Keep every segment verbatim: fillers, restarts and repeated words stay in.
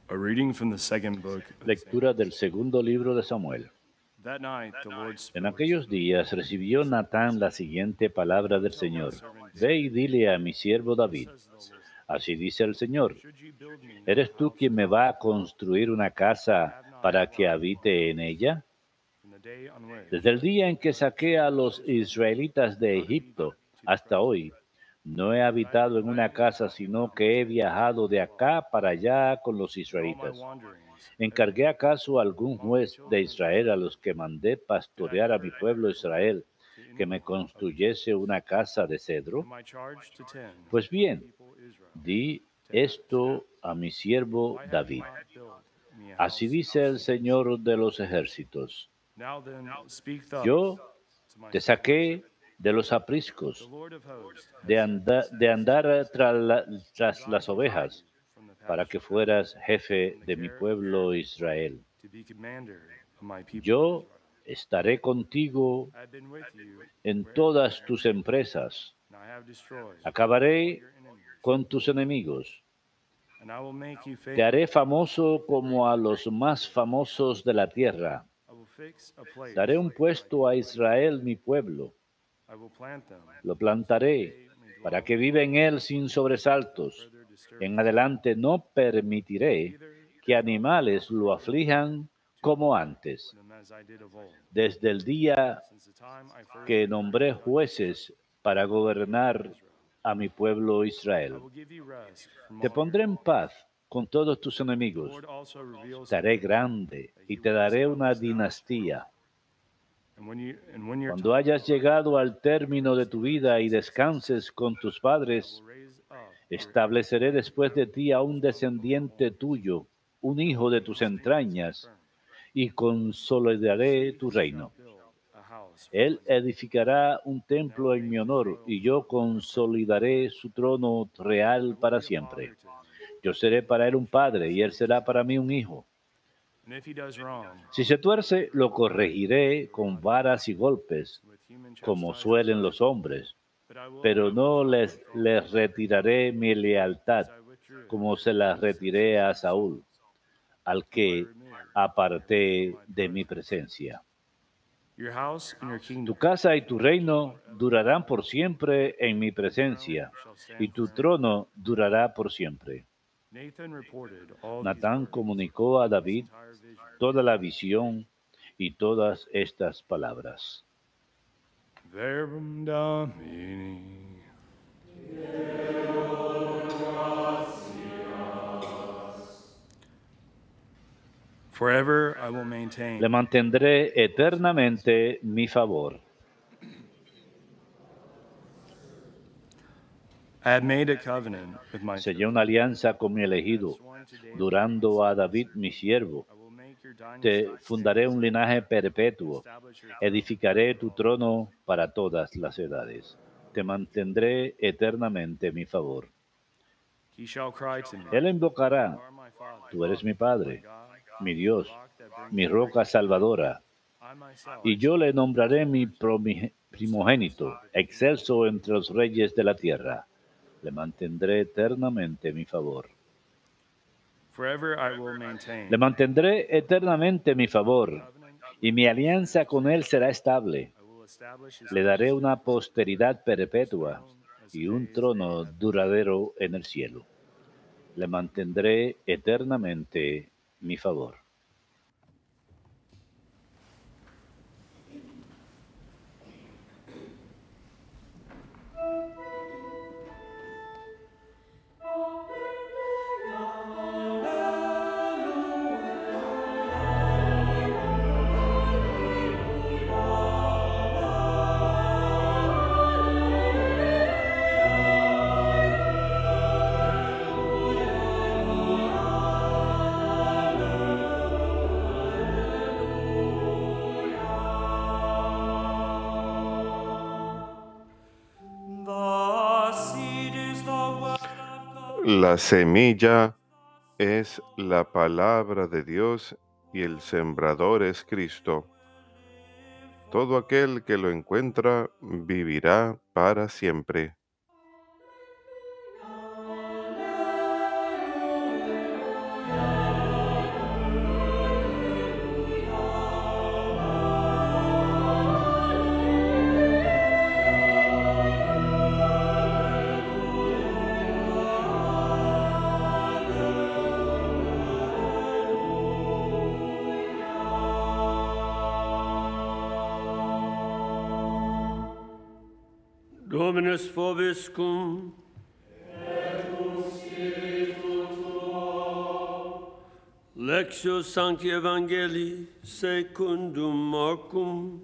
A reading from the second book of Lectura del segundo libro de Samuel. That night the Lord En spoke. aquellos días recibió Natán la siguiente palabra del Señor. Ve y dile a mi siervo David, así dice el Señor, ¿eres tú quien me va a construir una casa para que habite en ella? Desde el día en que saqué a los israelitas de Egipto hasta hoy, no he habitado en una casa, sino que he viajado de acá para allá con los israelitas. ¿Encargué acaso a algún juez de Israel a los que mandé pastorear a mi pueblo Israel que me construyese una casa de cedro? Pues bien, di esto a mi siervo David. Así dice el Señor de los ejércitos. Yo te saqué de los apriscos, de, anda- de andar tras, la- tras las ovejas, para que fueras jefe de mi pueblo Israel. Yo estaré contigo en todas tus empresas. Acabaré con tus enemigos. Te haré famoso como a los más famosos de la tierra. Daré un puesto a Israel, mi pueblo. Lo plantaré para que viva en él sin sobresaltos. En adelante no permitiré que animales lo aflijan como antes. Desde el día que nombré jueces para gobernar a mi pueblo Israel. Te pondré en paz con todos tus enemigos. Te haré grande y te daré una dinastía. Cuando hayas llegado al término de tu vida y descanses con tus padres, estableceré después de ti a un descendiente tuyo, un hijo de tus entrañas, y consolidaré tu reino. Él edificará un templo en mi honor, y yo consolidaré su trono real para siempre. Yo seré para él un padre, y él será para mí un hijo. Si se tuerce, lo corregiré con varas y golpes, como suelen los hombres, pero no les, les retiraré mi lealtad, como se la retiré a Saúl, al que aparté de mi presencia. Tu casa y tu reino durarán por siempre en mi presencia, y tu trono durará por siempre. Natán comunicó a David toda la visión y todas estas palabras. Verbum Domini. Forever I will maintain. Le mantendré eternamente mi favor. I had made a covenant with my Sellé una alianza con mi elegido, durando a David mi siervo. Te fundaré un linaje perpetuo, edificaré tu trono para todas las edades. Te mantendré eternamente mi favor. He shall cry to me. Él invocará, tú eres mi Padre, mi Dios, mi roca salvadora, y yo le nombraré mi promi- primogénito, excelso entre los reyes de la tierra. Le mantendré eternamente mi favor. Forever I will maintain. Le mantendré eternamente mi favor, y mi alianza con él será estable. I will establish his Le daré una posteridad perpetua y un trono duradero en el cielo. Le mantendré eternamente mi favor. La semilla es la palabra de Dios y el sembrador es Cristo. Todo aquel que lo encuentra vivirá para siempre. Dominus vobiscum. Lectio Sancti Evangelii secundum Marcum.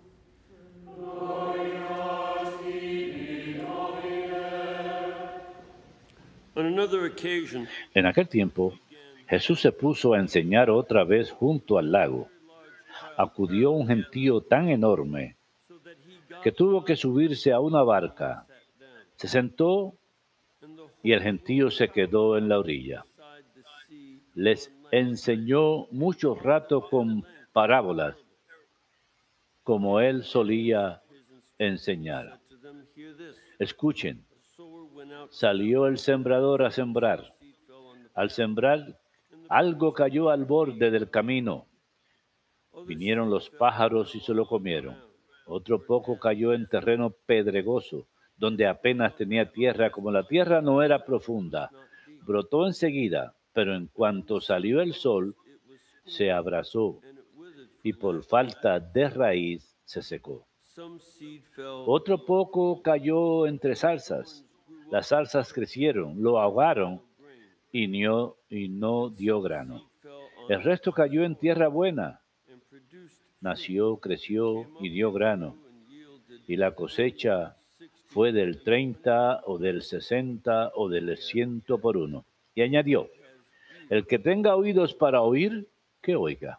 On another occasion, En aquel tiempo, Jesús se puso a enseñar otra vez junto al lago. Acudió un gentío tan enorme que tuvo que subirse a una barca. Se sentó y el gentío se quedó en la orilla. Les enseñó mucho rato con parábolas, como él solía enseñar. Escuchen, salió el sembrador a sembrar. Al sembrar, algo cayó al borde del camino. Vinieron los pájaros y se lo comieron. Otro poco cayó en terreno pedregoso, donde apenas tenía tierra, como la tierra no era profunda. Brotó enseguida, pero en cuanto salió el sol, se abrasó y por falta de raíz se secó. Otro poco cayó entre zarzas. Las zarzas crecieron, lo ahogaron y no, y no dio grano. El resto cayó en tierra buena. Nació, creció y dio grano. Y la cosecha fue del treinta o del sesenta o del ciento por uno. Y añadió, el que tenga oídos para oír, que oiga.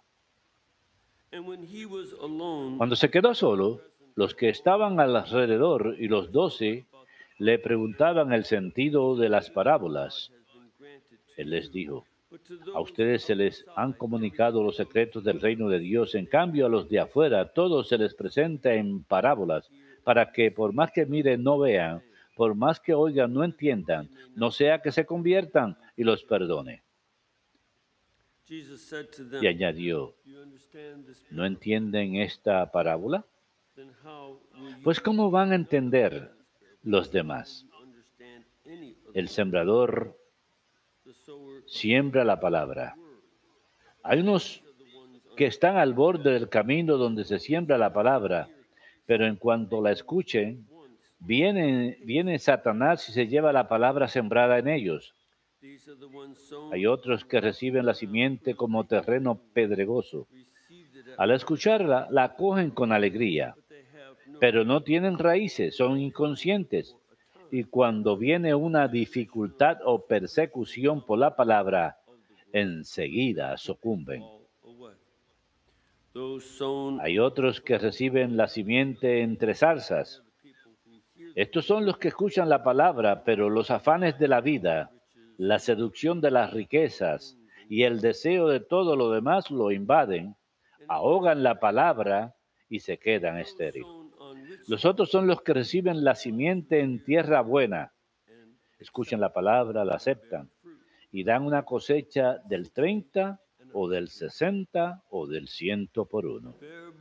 Cuando se quedó solo, los que estaban alrededor y los doce le preguntaban el sentido de las parábolas. Él les dijo, a ustedes se les han comunicado los secretos del reino de Dios, en cambio a los de afuera todo se les presenta en parábolas, para que por más que miren no vean, por más que oigan no entiendan, no sea que se conviertan y los perdone. Y añadió, ¿no entienden esta parábola? Pues ¿cómo van a entender los demás? El sembrador siembra la palabra. Hay unos que están al borde del camino donde se siembra la palabra, pero en cuanto la escuchen, viene, viene Satanás y se lleva la palabra sembrada en ellos. Hay otros que reciben la simiente como terreno pedregoso. Al escucharla, la acogen con alegría, pero no tienen raíces, son inconscientes. Y cuando viene una dificultad o persecución por la palabra, enseguida sucumben. Hay otros que reciben la simiente entre zarzas. Estos son los que escuchan la palabra, pero los afanes de la vida, la seducción de las riquezas y el deseo de todo lo demás lo invaden, ahogan la palabra y se quedan estériles. Los otros son los que reciben la simiente en tierra buena. Escuchan la palabra, la aceptan y dan una cosecha del treinta o del sesenta o del ciento por uno.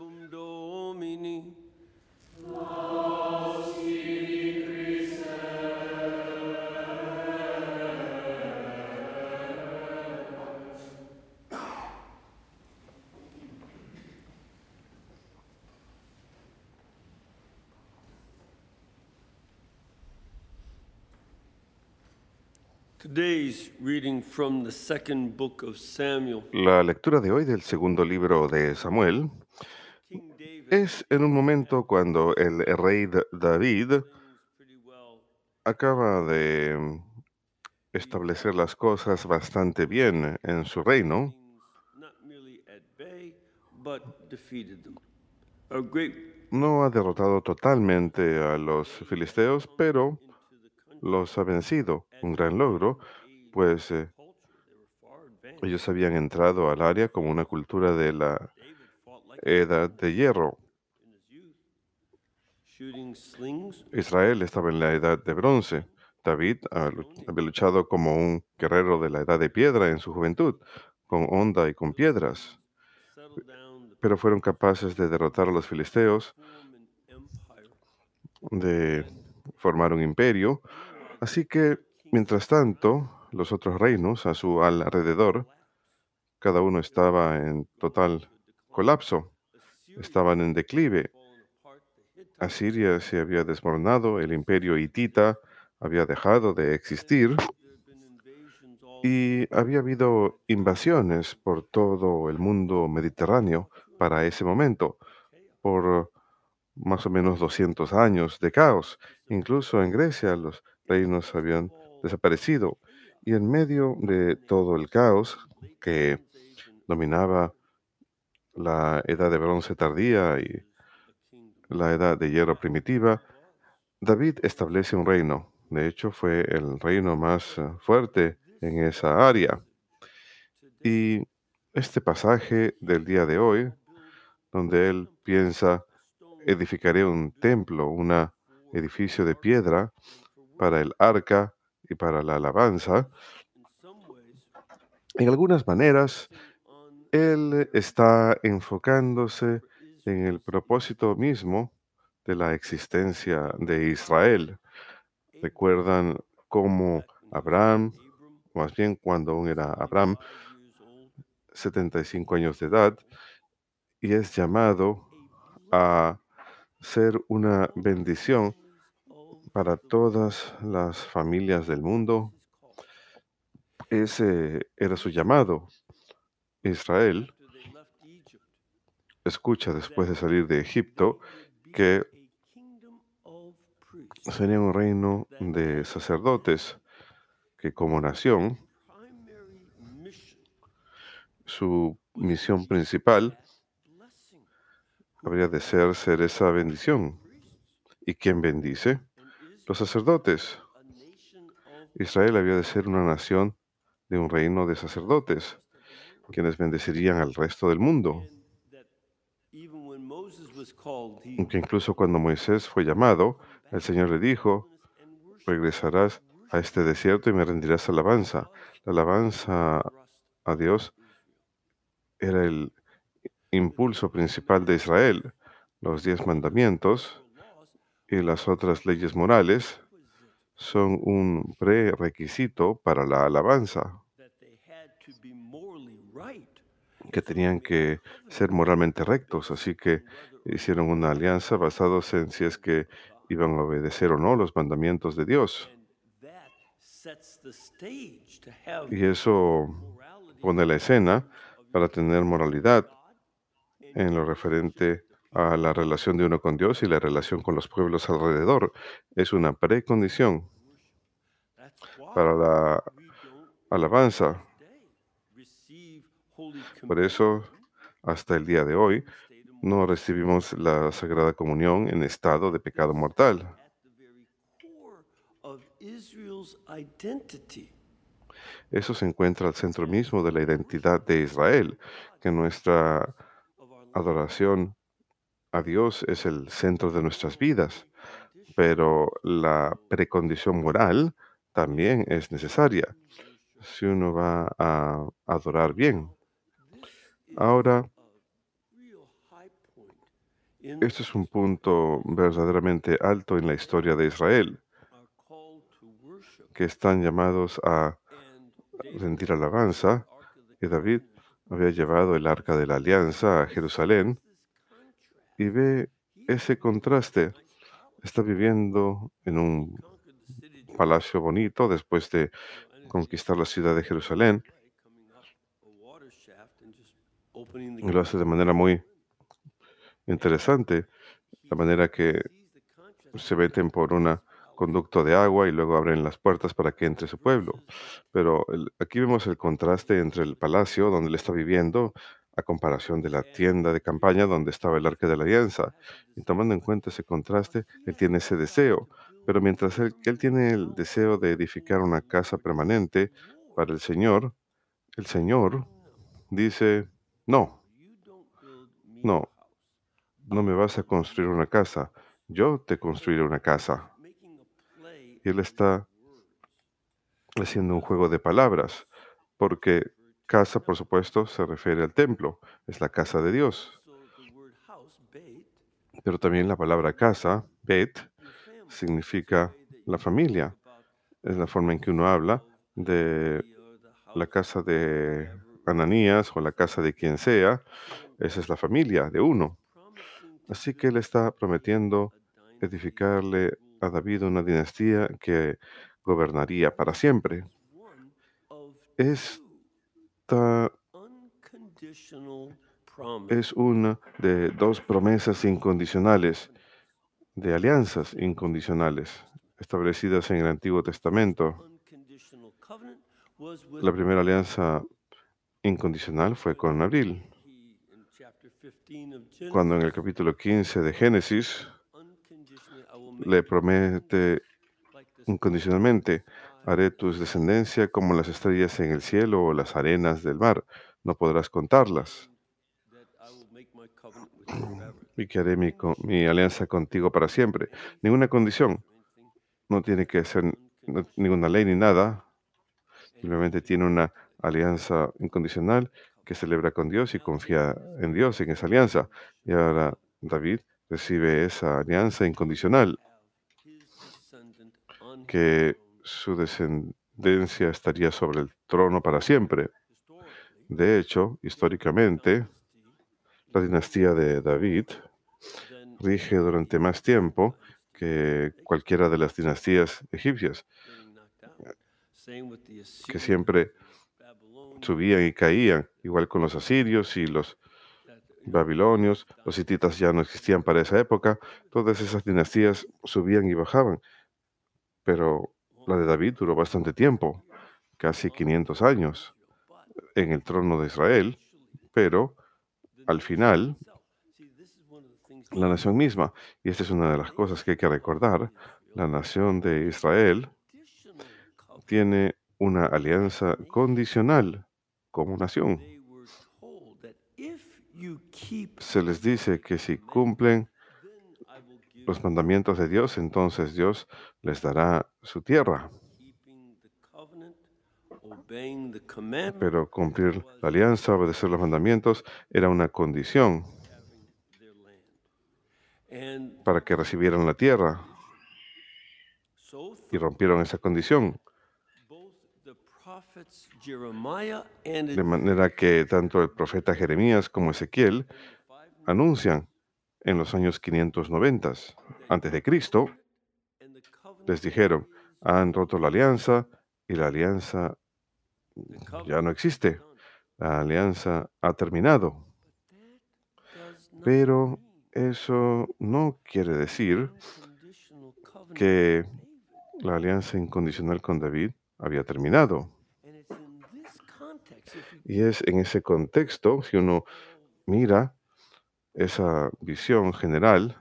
Today's reading from the second book of Samuel. La lectura de hoy del segundo libro de Samuel King David es en un momento cuando el rey D- David things pretty well. acaba de mm, establecer las cosas bastante bien en su reino. Things not merely at bay, but defeated them. A great No ha derrotado totalmente a los filisteos, pero into the country los ha vencido. Un gran logro, pues eh, culture. They were far advanced. ellos habían entrado al área como una cultura de la David fought like edad de hierro. in his youth, shooting slings. Israel estaba en la edad de bronce. David ah, lu- había luchado como un guerrero de la edad de piedra en su juventud, con honda y con piedras, Settled down the pero fueron capaces de derrotar a los filisteos, form an empire. de formar un imperio. Así que, mientras tanto, los otros reinos a su alrededor, cada uno estaba en total colapso, estaban en declive. Falling apart. The Asiria se había desmoronado, el imperio hitita había dejado de existir y había habido invasiones por todo el mundo mediterráneo para ese momento, por más o menos doscientos años de caos. Incluso en Grecia los reinos habían desaparecido. Y en medio de todo el caos que dominaba la edad de bronce tardía y la edad de hierro primitiva, David establece un reino. De hecho, fue el reino más eh, fuerte en esa área. Y este pasaje del día de hoy, donde él piensa, edificaré un templo, un edificio de piedra para el arca y para la alabanza, en algunas maneras, él está enfocándose en el propósito mismo de la existencia de Israel. Recuerdan cómo Abraham, más bien cuando aún era Abraham, setenta y cinco años de edad, y es llamado a ser una bendición para todas las familias del mundo. Ese era su llamado. Israel escucha después de salir de Egipto que sería un reino de sacerdotes que como nación, su misión principal habría de ser ser esa bendición. ¿Y quién bendice? Los sacerdotes. Israel había de ser una nación de un reino de sacerdotes, quienes bendecirían al resto del mundo. Que incluso cuando Moisés fue llamado, el Señor le dijo, regresarás a este desierto y me rendirás alabanza. La alabanza a Dios era el impulso principal de Israel. Los diez mandamientos y las otras leyes morales son un prerequisito para la alabanza, que tenían que ser moralmente rectos, así que hicieron una alianza basados en si es que iban a obedecer o no los mandamientos de Dios. Y eso pone la escena para tener moralidad en lo referente a la relación de uno con Dios y la relación con los pueblos alrededor. Es una precondición para la alabanza. Por eso, hasta el día de hoy, no recibimos la Sagrada Comunión en estado de pecado mortal. Eso se encuentra al centro mismo de la identidad de Israel, que nuestra adoración a Dios es el centro de nuestras vidas, pero la precondición moral también es necesaria si uno va a adorar bien. Ahora, este es un punto verdaderamente alto en la historia de Israel, que están llamados a rendir alabanza, y David había llevado el arca de la alianza a Jerusalén, y ve ese contraste. Está viviendo en un palacio bonito después de conquistar la ciudad de Jerusalén, y lo hace de manera muy interesante, la manera que se meten por un conducto de agua y luego abren las puertas para que entre su pueblo. Pero el- aquí vemos el contraste entre el palacio donde él está viviendo a comparación de la tienda de campaña donde estaba el arca de la alianza. Y tomando en cuenta ese contraste, él tiene ese deseo. Pero mientras él, él tiene el deseo de edificar una casa permanente para el Señor, el Señor dice, no, no, no me vas a construir una casa, yo te construiré una casa. Y él está haciendo un juego de palabras, porque casa, por supuesto, se refiere al templo, es la casa de Dios. Pero también la palabra casa, bet, significa la familia. Es la forma en que uno habla de la casa de Ananías o la casa de quien sea. Esa es la familia de uno. Así que él está prometiendo edificarle a David una dinastía que gobernaría para siempre. one of Esta unconditional promises. es una de dos promesas incondicionales, de alianzas incondicionales, establecidas en el Antiguo Testamento. Unconditional covenant was with La primera Abraham. alianza incondicional fue con Abril, He, in chapter fifteen of cuando en el Genesis, capítulo quince de Génesis unconditionally, I will make le you promete like the stars incondicionalmente: haré tus in the descendencia como las estrellas en el cielo o las arenas del mar, no podrás contarlas, that I will make my covenant with you forever. y que haré mi, co- mi alianza contigo para siempre. Ninguna condición, Anything no tiene que ser no- ninguna ley ni nada, simplemente tiene una alianza incondicional que celebra con Dios y confía en Dios, en esa alianza. Y ahora David recibe esa alianza incondicional, have his descendant on his que throne su descendencia estaría sobre el trono para siempre. historically. De hecho, históricamente, la dinastía de David Then rige durante más tiempo que cualquiera de las dinastías egipcias, getting knocked out. Same with the que Assyrians, siempre Babylonians, subían y caían, igual con los asirios y los that, you know, babilonios. Los hititas ya no existían para esa época. Todas esas dinastías subían y bajaban, pero la de David duró bastante tiempo, casi quinientos años, but en el trono de Israel, actually pero the al nation final itself. See, this is one of the things la nación misma, y esta es una de las cosas que hay que recordar, la nación de Israel additional covenant. tiene una alianza condicional como nación. They were told that if you keep Se les dice que si cumplen then I will give los you mandamientos de Dios, entonces Dios les dará su tierra. keeping the covenant, obeying the commandment, Pero cumplir la alianza, obedecer los mandamientos, era una condición having their land. And para que recibieran la tierra, so y through rompieron esa condición. both the prophets Jeremiah and De manera que tanto el profeta Jeremías como Ezequiel anuncian en los años quinientos noventa antes de Cristo, and the covenant les dijeron: han roto la alianza y la alianza ya no existe. La alianza ha terminado. does not Pero eso no quiere decir conditional covenant que la alianza incondicional con David había terminado. and it's in this context if you Y es en ese contexto, si uno mira esa visión general,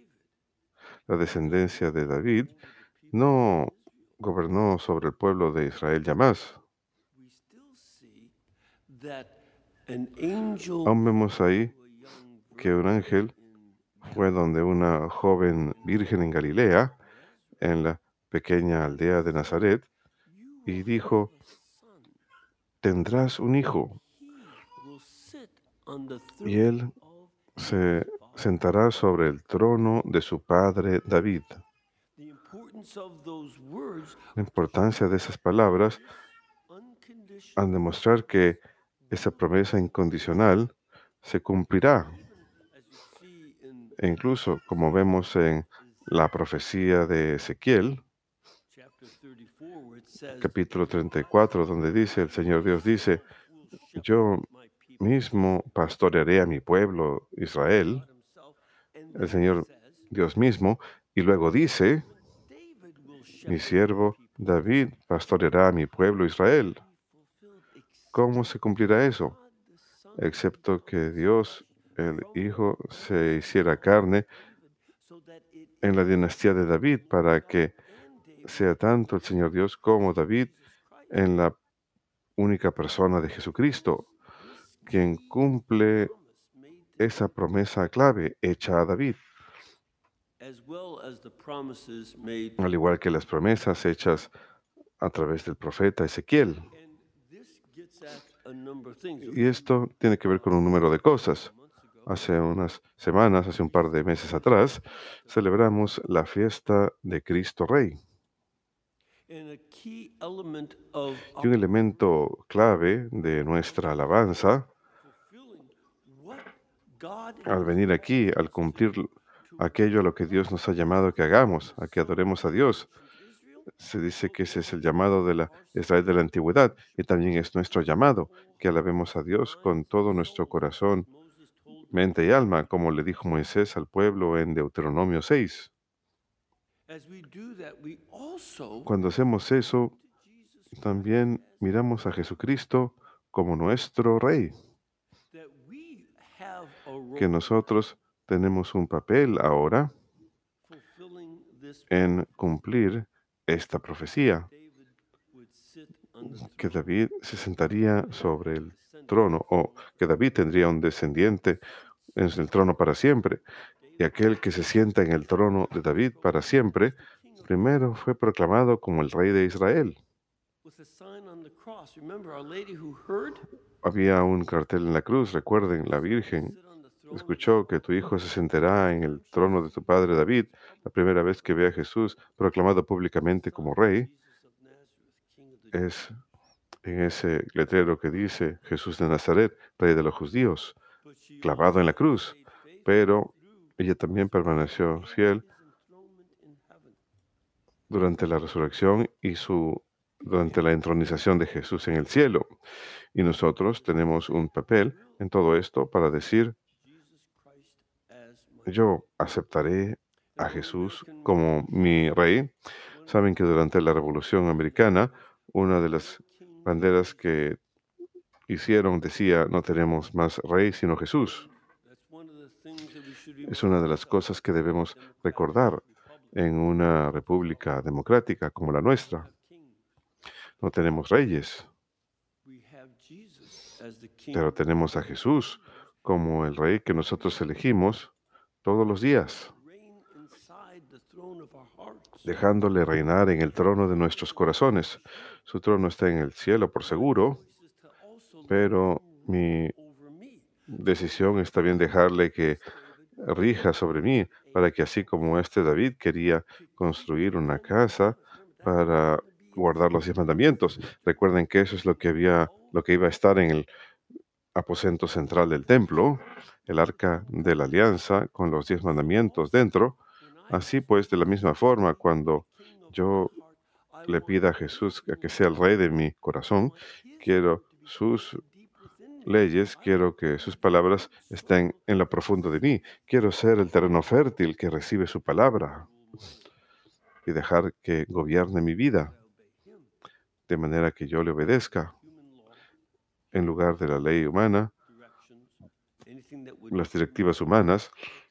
la descendencia de David no gobernó sobre el pueblo de Israel ya más. we still see that an angel Aún vemos ahí to a young que un ángel in fue donde una joven virgen en Galilea, en la pequeña aldea de Nazaret, y dijo: son tendrás un hijo, he will sit on the y throne él of se sentará sobre el trono de su padre David. the importance of those words La importancia de esas palabras unconditional al demostrar que esa promesa incondicional se cumplirá. as you see in E incluso, como vemos en la profecía de Ezequiel, chapter thirty-four where it says capítulo treinta y cuatro, donde dice, el Señor Dios dice: will shepherd yo my people mismo pastorearé a mi pueblo Israel, God himself and el then Señor it says Dios mismo, y luego dice: David will shepherd mi my siervo people. David pastoreará a mi pueblo Israel. Fulfilled except ¿Cómo se cumplirá eso? God the Son Excepto que becomes Dios, flesh el from Hijo, the se lineage hiciera of carne David, so that it en la is dinastía de David, para que and David sea tanto el Señor Dios como David Jesus Christ. en la única persona de Jesucristo, This quien key cumple promise made to esa promesa clave hecha a David, as well as the promises made al igual que las promesas hechas a través del profeta Ezequiel. and this gets at a number of things. Y esto tiene que ver con un número de cosas. Hace unas semanas, hace un par de meses atrás, celebramos la fiesta de Cristo Rey. And a key element of Y un elemento clave de nuestra alabanza, fulfilling what God al venir aquí, al cumplir aquello a lo que Dios nos ha llamado que hagamos, a que adoremos a Dios. Se dice que ese es el llamado de la Israel de la antigüedad y también es nuestro llamado, que alabemos a Dios con todo nuestro corazón, mente y alma, como le dijo Moisés al pueblo en Deuteronomio seis. Cuando hacemos eso, también miramos a Jesucristo como nuestro Rey, que nosotros tenemos un papel ahora en cumplir esta profecía, que David se sentaría sobre el trono, o que David tendría un descendiente en el trono para siempre. Y aquel que se sienta en el trono de David para siempre, primero fue proclamado como el rey de Israel. Había un cartel en la cruz, recuerden, la Virgen escuchó que tu hijo se sentará en el trono de tu padre David, la primera vez que ve a Jesús proclamado públicamente como rey, es en ese letrero que dice Jesús de Nazaret, rey de los judíos, clavado en la cruz. Pero ella también permaneció fiel durante la resurrección y su durante la entronización de Jesús en el cielo. Y nosotros tenemos un papel en todo esto para decir, yo aceptaré a Jesús como mi rey. Saben que durante la Revolución Americana, una de las banderas que hicieron decía, no tenemos más rey sino Jesús. Es una de las cosas que debemos recordar en una república democrática como la nuestra. No tenemos reyes, pero tenemos a Jesús como el rey que nosotros elegimos todos los días, dejándole reinar en el trono de nuestros corazones. Su trono está en el cielo, por seguro, pero mi decisión está bien dejarle que rija sobre mí, para que así como este David quería construir una casa para guardar los diez mandamientos. Recuerden que eso es lo que había, lo que iba a estar en el aposento central del templo, el arca de la alianza con los diez mandamientos dentro. Así pues, de la misma forma, cuando yo le pida a Jesús a que sea el rey de mi corazón, quiero sus leyes, quiero que sus palabras estén en lo profundo de mí. Quiero ser el terreno fértil que recibe su palabra y dejar que gobierne mi vida, de manera que yo le obedezca en lugar de la ley humana, las directivas humanas,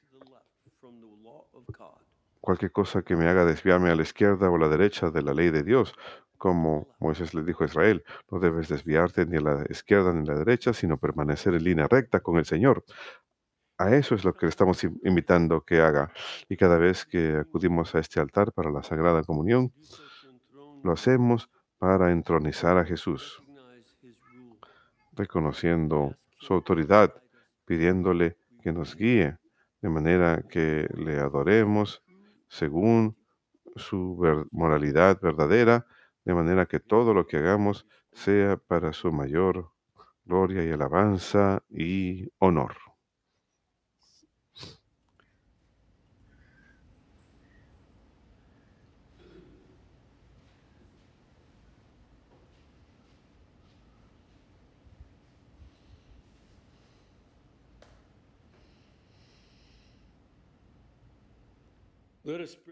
cualquier cosa que me haga desviarme a la izquierda o a la derecha de la ley de Dios. Como Moisés le dijo a Israel, no debes desviarte ni a la izquierda ni a la derecha, sino permanecer en línea recta con el Señor. A eso es lo que le estamos in- invitando que haga. Y cada vez que acudimos a este altar para la Sagrada Comunión, lo hacemos para entronizar a Jesús, reconociendo su autoridad, pidiéndole que nos guíe, de manera que le adoremos según su ver- moralidad verdadera, de manera que todo lo que hagamos sea para su mayor gloria y alabanza y honor. Let us